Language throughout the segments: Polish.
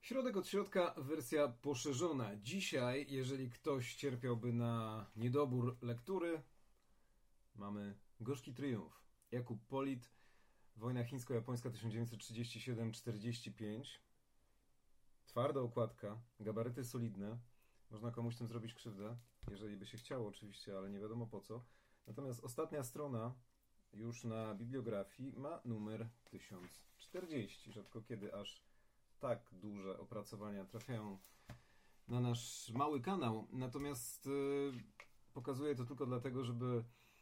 Środek od środka, wersja poszerzona. Dzisiaj, jeżeli ktoś cierpiałby na niedobór lektury, mamy Gorzki Triumf. Jakub Pollit, wojna chińsko-japońska 1937-45. Twarda okładka, gabaryty solidne. Można komuś tym zrobić krzywdę, jeżeli by się chciało oczywiście, ale nie wiadomo po co. Natomiast ostatnia strona już na bibliografii ma numer 1040. Rzadko kiedy aż tak duże opracowania trafiają na nasz mały kanał. Natomiast pokazuję to tylko dlatego, żeby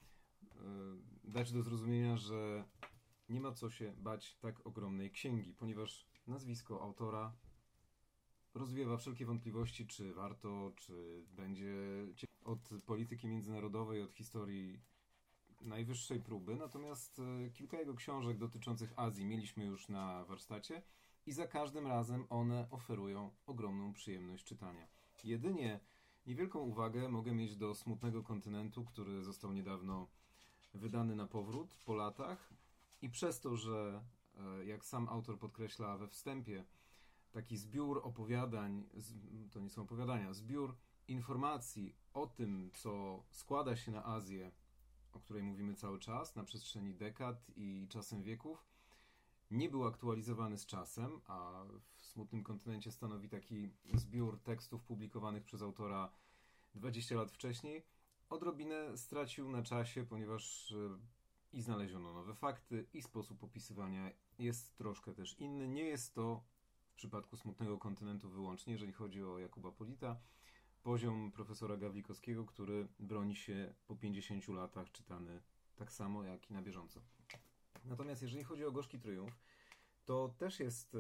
dać do zrozumienia, że nie ma co się bać tak ogromnej księgi, ponieważ nazwisko autora rozwiewa wszelkie wątpliwości, czy warto, czy będzie od polityki międzynarodowej, od historii najwyższej próby. Natomiast kilka jego książek dotyczących Azji mieliśmy już na warsztacie i za każdym razem one oferują ogromną przyjemność czytania. Jedynie niewielką uwagę mogę mieć do Smutnego Kontynentu, który został niedawno wydany na powrót po latach i przez to, że jak sam autor podkreśla we wstępie, taki zbiór opowiadań, to nie są opowiadania, zbiór informacji o tym, co składa się na Azję, o której mówimy cały czas, na przestrzeni dekad i czasem wieków, nie był aktualizowany z czasem, a w Smutnym Kontynencie stanowi taki zbiór tekstów publikowanych przez autora 20 lat wcześniej, odrobinę stracił na czasie, ponieważ i znaleziono nowe fakty, i sposób opisywania jest troszkę też inny. Nie jest to w przypadku Smutnego Kontynentu wyłącznie, jeżeli chodzi o Jakuba Pollita, poziom profesora Gawlikowskiego, który broni się po 50 latach, czytany tak samo jak i na bieżąco. Natomiast jeżeli chodzi o Gorzki Triumf, to też jest...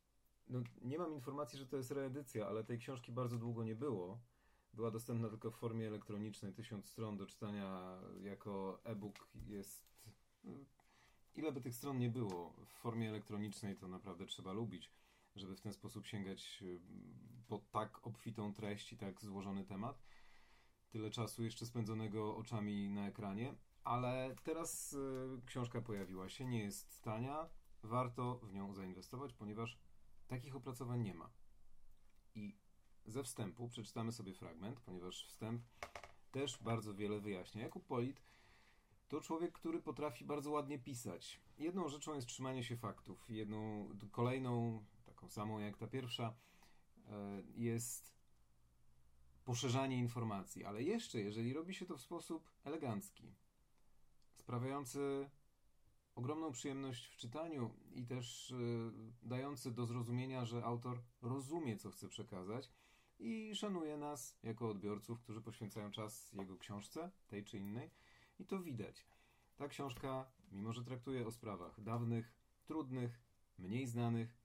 nie mam informacji, że to jest reedycja, ale tej książki bardzo długo nie było. Była dostępna tylko w formie elektronicznej, 1000 stron do czytania jako e-book jest... Ile by tych stron nie było, w formie elektronicznej to naprawdę trzeba lubić, żeby w ten sposób sięgać po tak obfitą treść i tak złożony temat. Tyle czasu jeszcze spędzonego oczami na ekranie. Ale teraz książka pojawiła się, nie jest tania, warto w nią zainwestować, ponieważ takich opracowań nie ma. I ze wstępu przeczytamy sobie fragment, ponieważ wstęp też bardzo wiele wyjaśnia. Jakub Pollit to człowiek, który potrafi bardzo ładnie pisać. Jedną rzeczą jest trzymanie się faktów, kolejną, taką samą jak ta pierwsza, jest poszerzanie informacji, ale jeszcze, jeżeli robi się to w sposób elegancki, sprawiający ogromną przyjemność w czytaniu i też dający do zrozumienia, że autor rozumie, co chce przekazać i szanuje nas jako odbiorców, którzy poświęcają czas jego książce, tej czy innej, i to widać. Ta książka, mimo że traktuje o sprawach dawnych, trudnych, mniej znanych,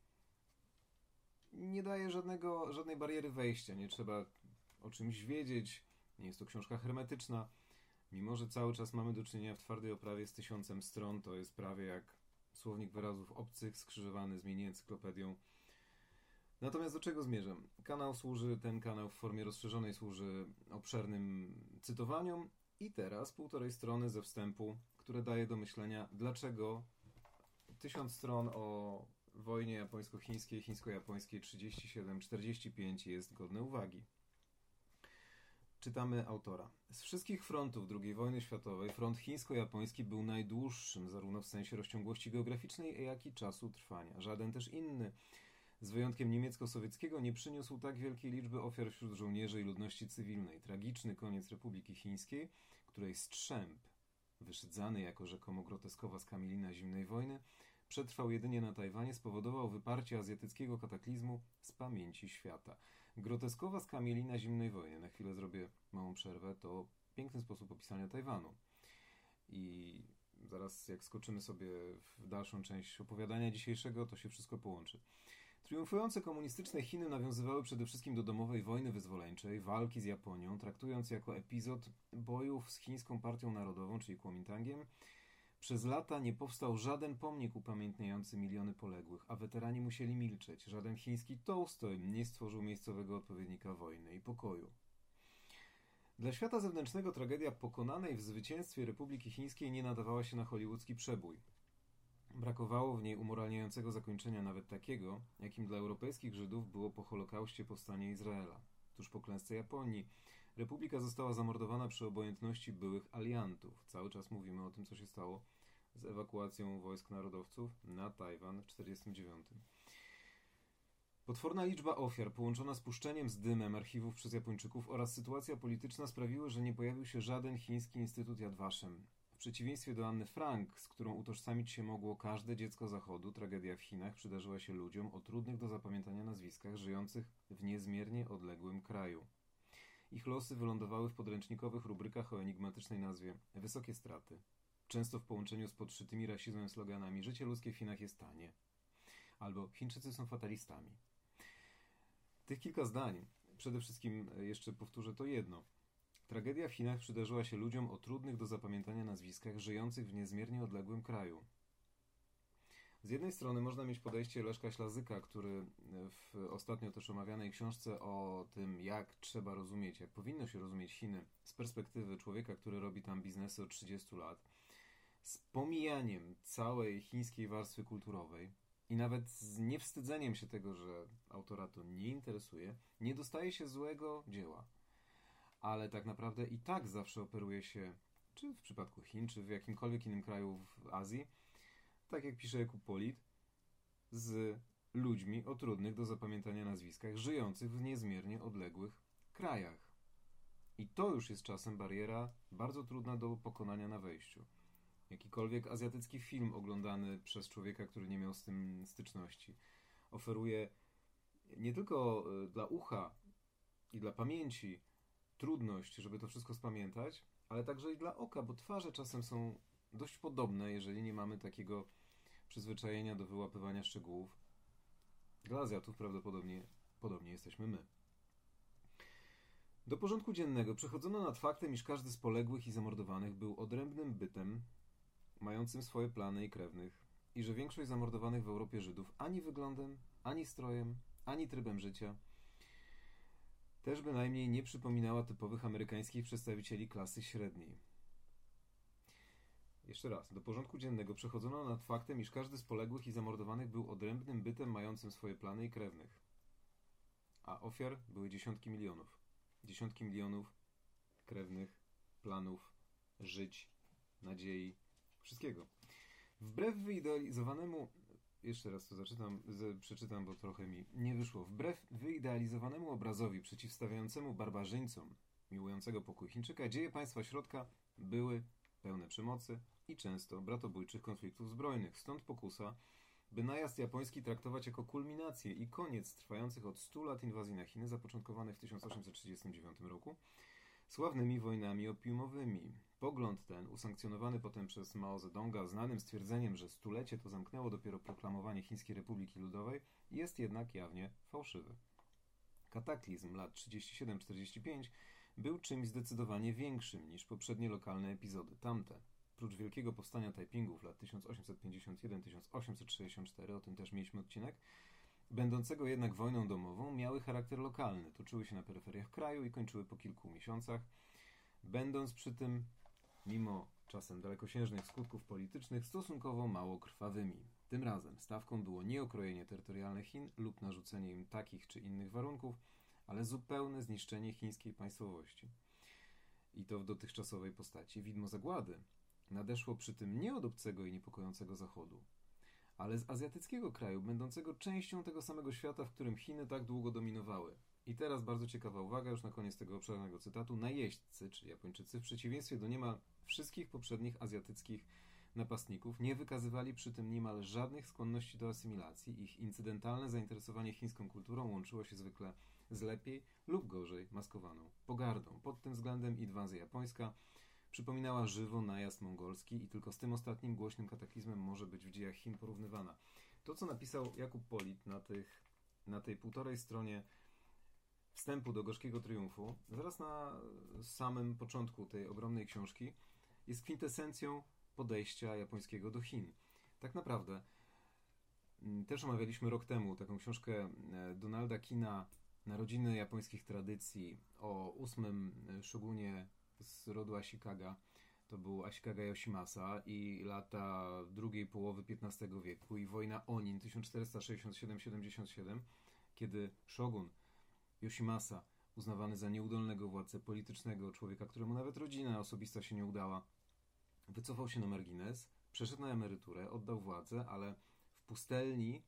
nie daje żadnej bariery wejścia, nie trzeba o czymś wiedzieć, nie jest to książka hermetyczna. Mimo że cały czas mamy do czynienia w twardej oprawie z 1000 stron, to jest prawie jak słownik wyrazów obcych skrzyżowany z mini-encyklopedią. Natomiast do czego zmierzam? Ten kanał w formie rozszerzonej służy obszernym cytowaniom i teraz 1,5 strony ze wstępu, które daje do myślenia, dlaczego 1000 stron o wojnie japońsko-chińskiej, chińsko-japońskiej 37-45 jest godne uwagi. Czytamy autora. Z wszystkich frontów II wojny światowej front chińsko-japoński był najdłuższym, zarówno w sensie rozciągłości geograficznej, jak i czasu trwania. Żaden też inny, z wyjątkiem niemiecko-sowieckiego, nie przyniósł tak wielkiej liczby ofiar wśród żołnierzy i ludności cywilnej. Tragiczny koniec Republiki Chińskiej, której strzęp, wyszydzany jako rzekomo groteskowa skamielina zimnej wojny, przetrwał jedynie na Tajwanie, spowodował wyparcie azjatyckiego kataklizmu z pamięci świata. Groteskowa skamielina zimnej wojny, na chwilę zrobię małą przerwę, to piękny sposób opisania Tajwanu. I zaraz jak skoczymy sobie w dalszą część opowiadania dzisiejszego, to się wszystko połączy. Triumfujące komunistyczne Chiny nawiązywały przede wszystkim do domowej wojny wyzwoleńczej, walki z Japonią, traktując jako epizod bojów z chińską partią narodową, czyli Kuomintangiem. Przez lata nie powstał żaden pomnik upamiętniający miliony poległych, a weterani musieli milczeć. Żaden chiński Tolstoj nie stworzył miejscowego odpowiednika wojny i pokoju. Dla świata zewnętrznego tragedia pokonanej w zwycięstwie Republiki Chińskiej nie nadawała się na hollywoodzki przebój. Brakowało w niej umoralniającego zakończenia, nawet takiego, jakim dla europejskich Żydów było po Holokauście powstanie Izraela. Tuż po klęsce Japonii republika została zamordowana przy obojętności byłych aliantów. Cały czas mówimy o tym, co się stało z ewakuacją wojsk narodowców na Tajwan w 1949. Potworna liczba ofiar połączona z puszczeniem z dymem archiwów przez Japończyków oraz sytuacja polityczna sprawiły, że nie pojawił się żaden chiński instytut Yad Vashem. W przeciwieństwie do Anny Frank, z którą utożsamić się mogło każde dziecko Zachodu, tragedia w Chinach przydarzyła się ludziom o trudnych do zapamiętania nazwiskach, żyjących w niezmiernie odległym kraju. Ich losy wylądowały w podręcznikowych rubrykach o enigmatycznej nazwie Wysokie straty, często w połączeniu z podszytymi rasizmem sloganami Życie ludzkie w Chinach jest tanie, albo Chińczycy są fatalistami. Tych kilka zdań, przede wszystkim jeszcze powtórzę to jedno. Tragedia w Chinach przydarzyła się ludziom o trudnych do zapamiętania nazwiskach, żyjących w niezmiernie odległym kraju. Z jednej strony można mieć podejście Leszka Ślazyka, który w ostatnio też omawianej książce o tym, jak trzeba rozumieć, jak powinno się rozumieć Chiny z perspektywy człowieka, który robi tam biznesy od 30 lat, z pomijaniem całej chińskiej warstwy kulturowej i nawet z niewstydzeniem się tego, że autora to nie interesuje, nie dostaje się złego dzieła. Ale tak naprawdę i tak zawsze operuje się, czy w przypadku Chin, czy w jakimkolwiek innym kraju w Azji, tak jak pisze Jakub Polit, z ludźmi o trudnych do zapamiętania nazwiskach, żyjących w niezmiernie odległych krajach. I to już jest czasem bariera bardzo trudna do pokonania na wejściu. Jakikolwiek azjatycki film oglądany przez człowieka, który nie miał z tym styczności, oferuje nie tylko dla ucha i dla pamięci trudność, żeby to wszystko spamiętać, ale także i dla oka, bo twarze czasem są dość podobne, jeżeli nie mamy takiego przyzwyczajenia do wyłapywania szczegółów. Dla Azjatów prawdopodobnie podobnie jesteśmy my. Do porządku dziennego przechodzono nad faktem, iż każdy z poległych i zamordowanych był odrębnym bytem, mającym swoje plany i krewnych, i że większość zamordowanych w Europie Żydów ani wyglądem, ani strojem, ani trybem życia też bynajmniej nie przypominała typowych amerykańskich przedstawicieli klasy średniej. Jeszcze raz, do porządku dziennego przechodzono nad faktem, iż każdy z poległych i zamordowanych był odrębnym bytem mającym swoje plany i krewnych. A ofiar były dziesiątki milionów. Dziesiątki milionów krewnych, planów, żyć, nadziei, wszystkiego. Wbrew wyidealizowanemu... Jeszcze raz to przeczytam, bo trochę mi nie wyszło. Wbrew wyidealizowanemu obrazowi przeciwstawiającemu barbarzyńcom miłującego pokój Chińczyka, dzieje państwa środka były pełne przemocy i często bratobójczych konfliktów zbrojnych. Stąd pokusa, by najazd japoński traktować jako kulminację i koniec trwających od 100 lat inwazji na Chiny, zapoczątkowanych w 1839 roku, sławnymi wojnami opiumowymi. Pogląd ten, usankcjonowany potem przez Mao Zedonga znanym stwierdzeniem, że stulecie to zamknęło dopiero proklamowanie Chińskiej Republiki Ludowej, jest jednak jawnie fałszywy. Kataklizm lat 37-45 był czymś zdecydowanie większym niż poprzednie lokalne epizody. Tamte, prócz Wielkiego Powstania Taipingów lat 1851-1864, o tym też mieliśmy odcinek, będącego jednak wojną domową, miały charakter lokalny, toczyły się na peryferiach kraju i kończyły po kilku miesiącach, będąc przy tym, mimo czasem dalekosiężnych skutków politycznych, stosunkowo mało krwawymi. Tym razem stawką było nie okrojenie terytorialne Chin lub narzucenie im takich czy innych warunków, ale zupełne zniszczenie chińskiej państwowości. I to w dotychczasowej postaci. Widmo zagłady nadeszło przy tym nie od obcego i niepokojącego Zachodu, ale z azjatyckiego kraju, będącego częścią tego samego świata, w którym Chiny tak długo dominowały. I teraz bardzo ciekawa uwaga, już na koniec tego obszernego cytatu. Najeźdźcy, czyli Japończycy, w przeciwieństwie do niemal wszystkich poprzednich azjatyckich napastników, nie wykazywali przy tym niemal żadnych skłonności do asymilacji. Ich incydentalne zainteresowanie chińską kulturą łączyło się zwykle z lepiej lub gorzej maskowaną pogardą. Pod tym względem inwazja japońska przypominała żywo najazd mongolski i tylko z tym ostatnim głośnym kataklizmem może być w dziejach Chin porównywana. To, co napisał Jakub Polit na tej półtorej stronie wstępu do Gorzkiego Triumfu, zaraz na samym początku tej ogromnej książki, jest kwintesencją podejścia japońskiego do Chin. Tak naprawdę też omawialiśmy rok temu taką książkę Donalda Kina Narodziny japońskich tradycji o 8 szogunie z rodu Ashikaga. To był Ashikaga Yoshimasa i lata drugiej połowy XV wieku i wojna Onin 1467-77, kiedy shogun Yoshimasa, uznawany za nieudolnego władcę politycznego, człowieka, któremu nawet rodzina osobista się nie udała, wycofał się na margines, przeszedł na emeryturę, oddał władzę, ale w pustelni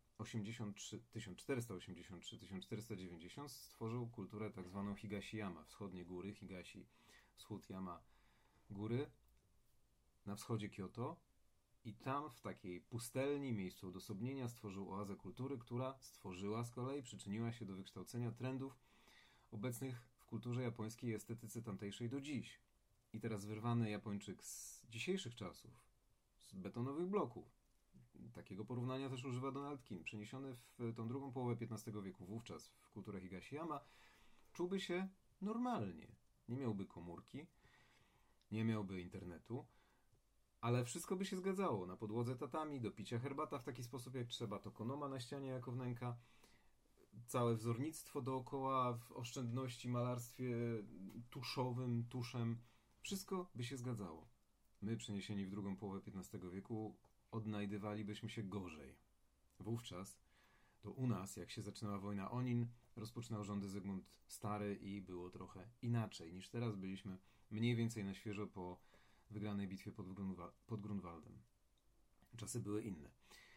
1483-1490 stworzył kulturę tak zwaną Higashi-yama, wschodnie góry, Higashi, wschód Yama, góry, na wschodzie Kyoto, i tam w takiej pustelni, miejscu odosobnienia, stworzył oazę kultury, która stworzyła z kolei, przyczyniła się do wykształcenia trendów obecnych w kulturze japońskiej i estetyce tamtejszej do dziś. I teraz wyrwany Japończyk z dzisiejszych czasów, z betonowych bloków, takiego porównania też używa Donald Kinn, przeniesiony w tą drugą połowę XV wieku, wówczas w kulturę Higashi-yama, czułby się normalnie. Nie miałby komórki, nie miałby internetu, ale wszystko by się zgadzało. Na podłodze tatami, do picia herbata w taki sposób jak trzeba, tokonoma na ścianie jako wnęka, całe wzornictwo dookoła w oszczędności, malarstwie tuszowym, tuszem. Wszystko by się zgadzało. My, przeniesieni w drugą połowę XV wieku, odnajdywalibyśmy się gorzej. Wówczas to u nas, jak się zaczynała wojna Onin, rozpoczynał rządy Zygmunt Stary i było trochę inaczej niż teraz. Byliśmy mniej więcej na świeżo po wygranej bitwie pod Grunwaldem. Czasy były inne.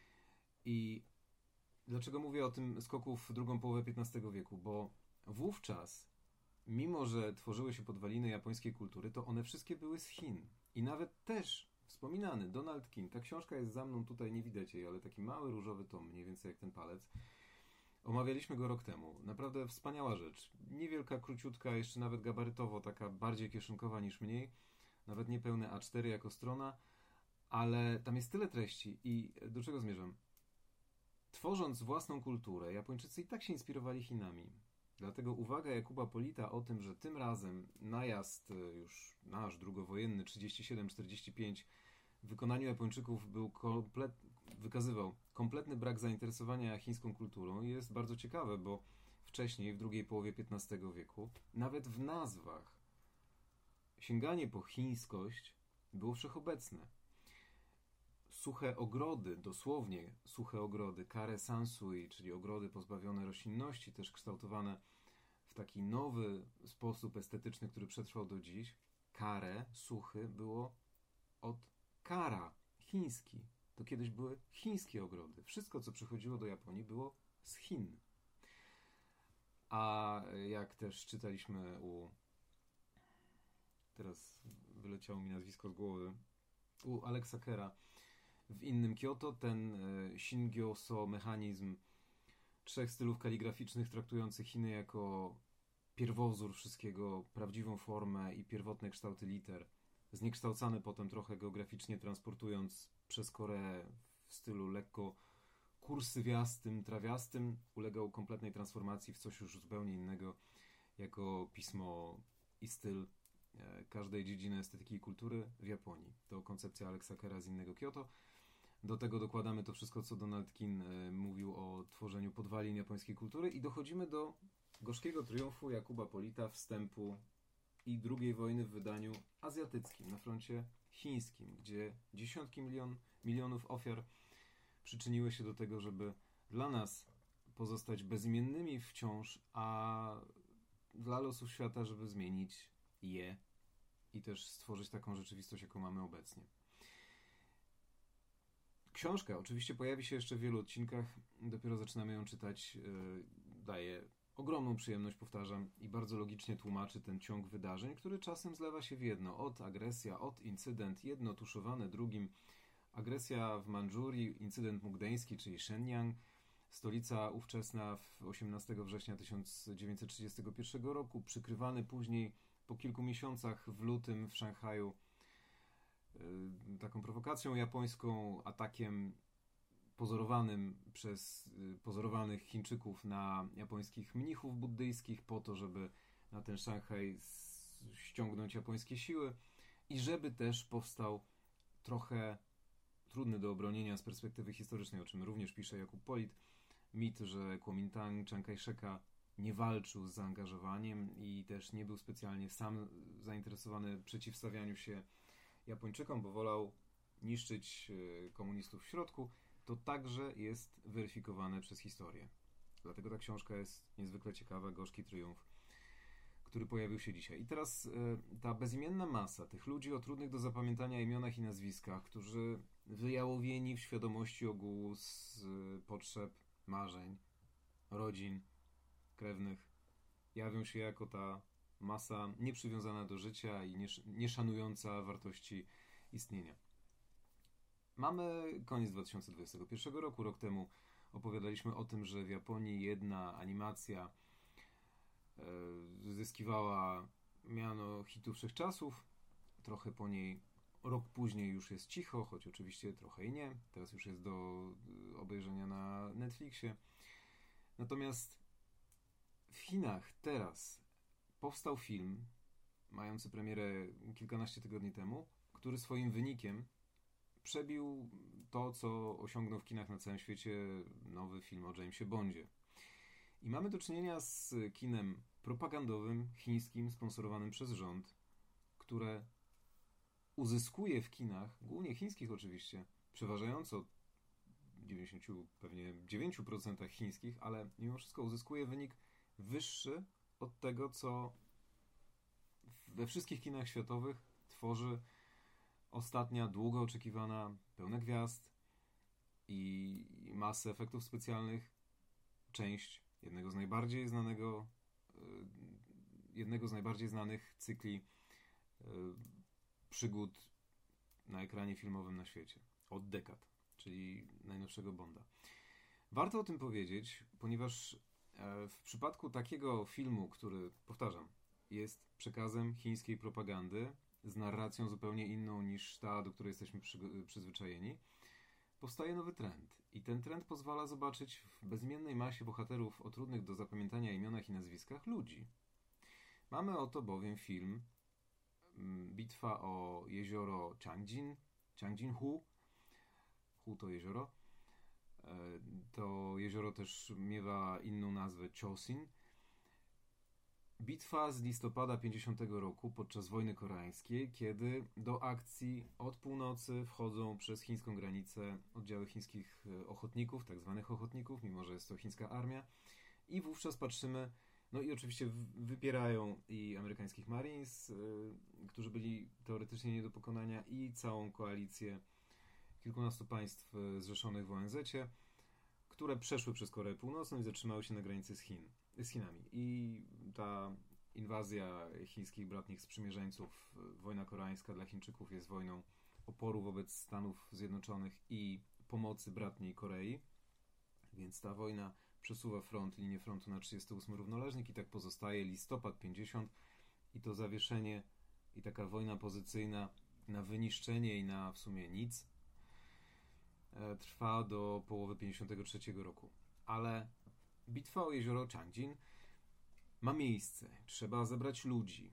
I dlaczego mówię o tym skoku w drugą połowę XV wieku? Bo wówczas, mimo że tworzyły się podwaliny japońskiej kultury, to one wszystkie były z Chin. I nawet też wspominany Donald Kinn, ta książka jest za mną, tutaj nie widać jej, ale taki mały różowy tom, mniej więcej jak ten palec. Omawialiśmy go rok temu. Naprawdę wspaniała rzecz. Niewielka, króciutka, jeszcze nawet gabarytowo, taka bardziej kieszonkowa niż mniej. Nawet niepełne A4 jako strona, ale tam jest tyle treści. I do czego zmierzam? Tworząc własną kulturę, Japończycy i tak się inspirowali Chinami. Dlatego uwaga Jakuba Polita o tym, że tym razem najazd już nasz drugowojenny 37-45 w wykonaniu Japończyków wykazywał kompletny brak zainteresowania chińską kulturą, jest bardzo ciekawe, bo wcześniej, w drugiej połowie XV wieku, nawet w nazwach sięganie po chińskość było wszechobecne. Suche ogrody, dosłownie suche ogrody, kare sansui, czyli ogrody pozbawione roślinności, też kształtowane w taki nowy sposób estetyczny, który przetrwał do dziś. Kare, suchy, było od kara, chiński. To kiedyś były chińskie ogrody. Wszystko, co przychodziło do Japonii, było z Chin. A jak też czytaliśmy teraz wyleciało mi nazwisko z głowy, u Alexa Kera, w innym Kyoto, ten Shingyo-so mechanizm 3 stylów kaligraficznych traktujących Chiny jako pierwowzór wszystkiego, prawdziwą formę i pierwotne kształty liter, zniekształcane potem trochę geograficznie, transportując przez Koreę w stylu lekko kursywiastym, trawiastym, ulegał kompletnej transformacji w coś już zupełnie innego, jako pismo i styl każdej dziedziny estetyki i kultury w Japonii. To koncepcja Alexa Kera z innego Kyoto. Do tego dokładamy to wszystko, co Donald Kinn mówił o tworzeniu podwalin japońskiej kultury i dochodzimy do gorzkiego triumfu Jakuba Polita, wstępu i II wojny w wydaniu azjatyckim, na froncie chińskim, gdzie dziesiątki milionów ofiar przyczyniły się do tego, żeby dla nas pozostać bezimiennymi wciąż, a dla losów świata, żeby zmienić je i też stworzyć taką rzeczywistość, jaką mamy obecnie. Książka oczywiście pojawi się jeszcze w wielu odcinkach, dopiero zaczynamy ją czytać, daje ogromną przyjemność, powtarzam, i bardzo logicznie tłumaczy ten ciąg wydarzeń, który czasem zlewa się w jedno. Od agresja, od incydent, jedno tuszowane drugim. Agresja w Mandżurii, incydent mukdeński, czyli Shenyang, stolica ówczesna w 18 września 1931 roku, przykrywany później po kilku miesiącach w lutym w Szanghaju taką prowokacją japońską, atakiem pozorowanym przez pozorowanych Chińczyków na japońskich mnichów buddyjskich po to, żeby na ten Szanghaj ściągnąć japońskie siły i żeby też powstał trochę trudny do obronienia z perspektywy historycznej, o czym również pisze Jakub Polit, mit, że Kuomintang Chiang Kai-sheka nie walczył z zaangażowaniem i też nie był specjalnie sam zainteresowany przeciwstawianiu się Japończykom, bo wolał niszczyć komunistów w środku, to także jest weryfikowane przez historię. Dlatego ta książka jest niezwykle ciekawa, Gorzki Triumf, który pojawił się dzisiaj. I teraz ta bezimienna masa tych ludzi o trudnych do zapamiętania imionach i nazwiskach, którzy wyjałowieni w świadomości ogółu z potrzeb, marzeń, rodzin, krewnych, jawią się jako ta masa nieprzywiązana do życia i nie szanująca wartości istnienia. Mamy koniec 2021 roku. Rok temu opowiadaliśmy o tym, że w Japonii jedna animacja zyskiwała miano hitu wszechczasów. Trochę po niej, rok później już jest cicho, choć oczywiście trochę i nie. Teraz już jest do obejrzenia na Netflixie. Natomiast w Chinach teraz powstał film, mający premierę kilkanaście tygodni temu, który swoim wynikiem przebił to, co osiągnął w kinach na całym świecie nowy film o Jamesie Bondzie. I mamy do czynienia z kinem propagandowym, chińskim, sponsorowanym przez rząd, które uzyskuje w kinach, głównie chińskich oczywiście, przeważająco 99% chińskich, ale mimo wszystko uzyskuje wynik wyższy od tego, co we wszystkich kinach światowych tworzy ostatnia, długo oczekiwana, pełna gwiazd i masę efektów specjalnych część jednego z najbardziej znanych cykli przygód na ekranie filmowym na świecie. Od dekad, czyli najnowszego Bonda. Warto o tym powiedzieć, ponieważ w przypadku takiego filmu, który, powtarzam, jest przekazem chińskiej propagandy z narracją zupełnie inną niż ta, do której jesteśmy przyzwyczajeni, powstaje nowy trend. I ten trend pozwala zobaczyć w bezimiennej masie bohaterów o trudnych do zapamiętania imionach i nazwiskach ludzi. Mamy oto bowiem film Bitwa o jezioro Changjin-Hu. Hu to jezioro. To jezioro też miewa inną nazwę Chosin. Bitwa z listopada 50 roku podczas wojny koreańskiej, kiedy do akcji od północy wchodzą przez chińską granicę oddziały chińskich ochotników, tak zwanych ochotników, mimo że jest to chińska armia. I wówczas patrzymy, no i oczywiście wypierają i amerykańskich Marines, którzy byli teoretycznie nie do pokonania, i całą koalicję kilkunastu państw zrzeszonych w ONZ-cie, które przeszły przez Koreę Północną i zatrzymały się na granicy z Chinami. I ta inwazja chińskich bratnich sprzymierzeńców, wojna koreańska dla Chińczyków jest wojną oporu wobec Stanów Zjednoczonych i pomocy bratniej Korei, więc ta wojna przesuwa linię frontu na 38 równoleżnik i tak pozostaje listopad 50 i to zawieszenie i taka wojna pozycyjna na wyniszczenie i na w sumie nic trwa do połowy 53 roku. Ale bitwa o jezioro Changjin ma miejsce. Trzeba zebrać ludzi.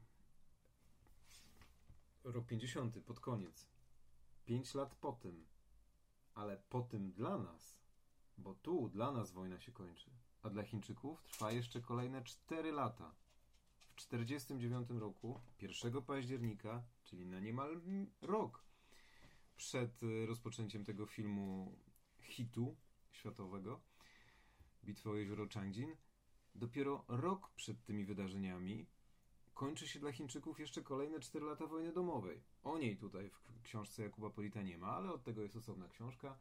Rok 50 pod koniec. 5 lat po tym. Ale po tym dla nas. Bo tu dla nas wojna się kończy. A dla Chińczyków trwa jeszcze kolejne 4 lata. W 49 roku, 1 października, czyli na niemal rok przed rozpoczęciem tego filmu hitu światowego, Bitwy o jezioro Changjin, dopiero rok przed tymi wydarzeniami kończy się dla Chińczyków jeszcze kolejne 4 lata wojny domowej. O niej tutaj w książce Jakuba Polita nie ma, ale od tego jest osobna książka.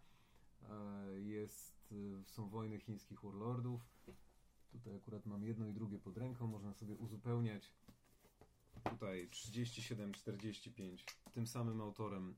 Są wojny chińskich warlordów. Tutaj akurat mam jedno i drugie pod ręką, można sobie uzupełniać. Tutaj 37-45, tym samym autorem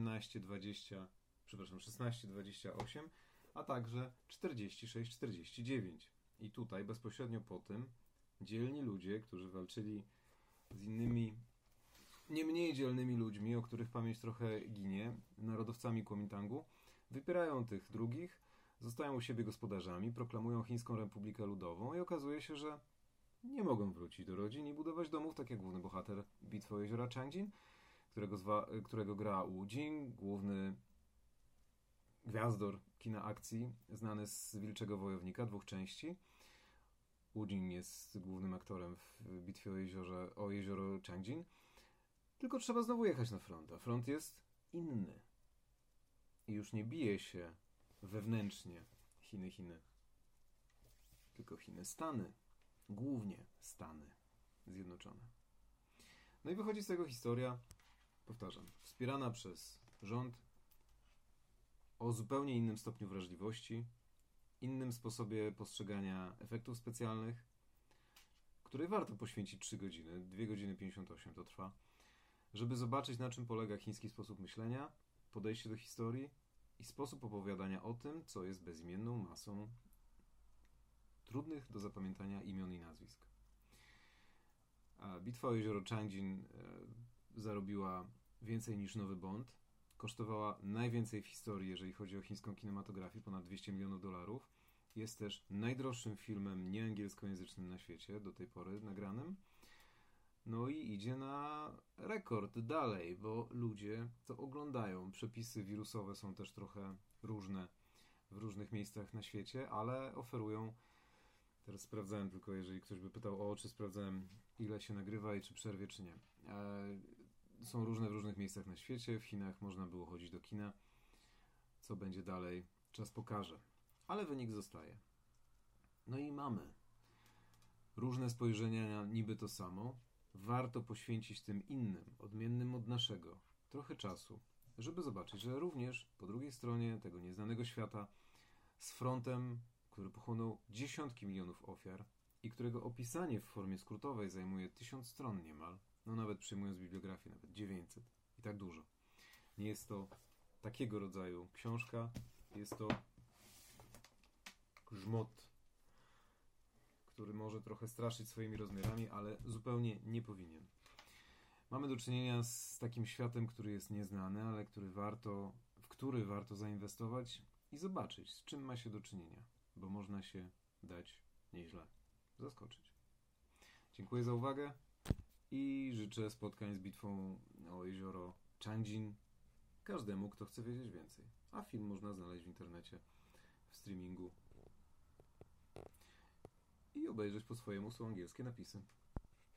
16-28, a także 46-49. I tutaj bezpośrednio po tym dzielni ludzie, którzy walczyli z innymi, nie mniej dzielnymi ludźmi, o których pamięć trochę ginie, narodowcami Kuomintangu, wypierają tych drugich, zostają u siebie gospodarzami, proklamują Chińską Republikę Ludową i okazuje się, że nie mogą wrócić do rodzin i budować domów, tak jak główny bohater Bitwy o jeziora Changjin, którego gra Wu Jing, główny gwiazdor kina akcji, znany z Wilczego Wojownika, 2 części. Wu Jing jest głównym aktorem w Bitwie o jezioro Changjin. Tylko trzeba znowu jechać na front, a front jest inny. I już nie bije się wewnętrznie Chiny, tylko Chiny-Stany. Głównie Stany Zjednoczone. No i wychodzi z tego historia, powtarzam, wspierana przez rząd o zupełnie innym stopniu wrażliwości, innym sposobie postrzegania efektów specjalnych, której warto poświęcić 3 godziny, 2 godziny 58 to trwa, żeby zobaczyć, na czym polega chiński sposób myślenia, podejście do historii i sposób opowiadania o tym, co jest bezimienną masą trudnych do zapamiętania imion i nazwisk. A bitwa o jezioro Changjin zarobiła więcej niż Nowy Bond, kosztowała najwięcej w historii, jeżeli chodzi o chińską kinematografię, ponad $200 milionów. Jest też najdroższym filmem nieangielskojęzycznym na świecie, do tej pory nagranym. No i idzie na rekord dalej, bo ludzie to oglądają. Przepisy wirusowe są też trochę różne w różnych miejscach na świecie, ale oferują. Teraz sprawdzałem tylko, jeżeli ktoś by pytał o czy sprawdzałem, ile się nagrywa i czy przerwie, czy nie. Są różne w różnych miejscach na świecie. W Chinach można było chodzić do kina. Co będzie dalej, czas pokaże. Ale wynik zostaje. No i mamy różne spojrzenia na niby to samo. Warto poświęcić tym innym, odmiennym od naszego, trochę czasu, żeby zobaczyć, że również po drugiej stronie tego nieznanego świata, z frontem, który pochłonął dziesiątki milionów ofiar i którego opisanie w formie skrótowej zajmuje 1000 stron niemal, no nawet przyjmując bibliografię, nawet 900 i tak dużo. Nie jest to takiego rodzaju książka, jest to grzmot, który może trochę straszyć swoimi rozmiarami, ale zupełnie nie powinien. Mamy do czynienia z takim światem, który jest nieznany, ale w który warto zainwestować i zobaczyć, z czym ma się do czynienia, bo można się dać nieźle zaskoczyć. Dziękuję za uwagę i życzę spotkań z bitwą o jezioro Changjin każdemu, kto chce wiedzieć więcej. A film można znaleźć w internecie, w streamingu i obejrzeć po swojemu, są angielskie napisy.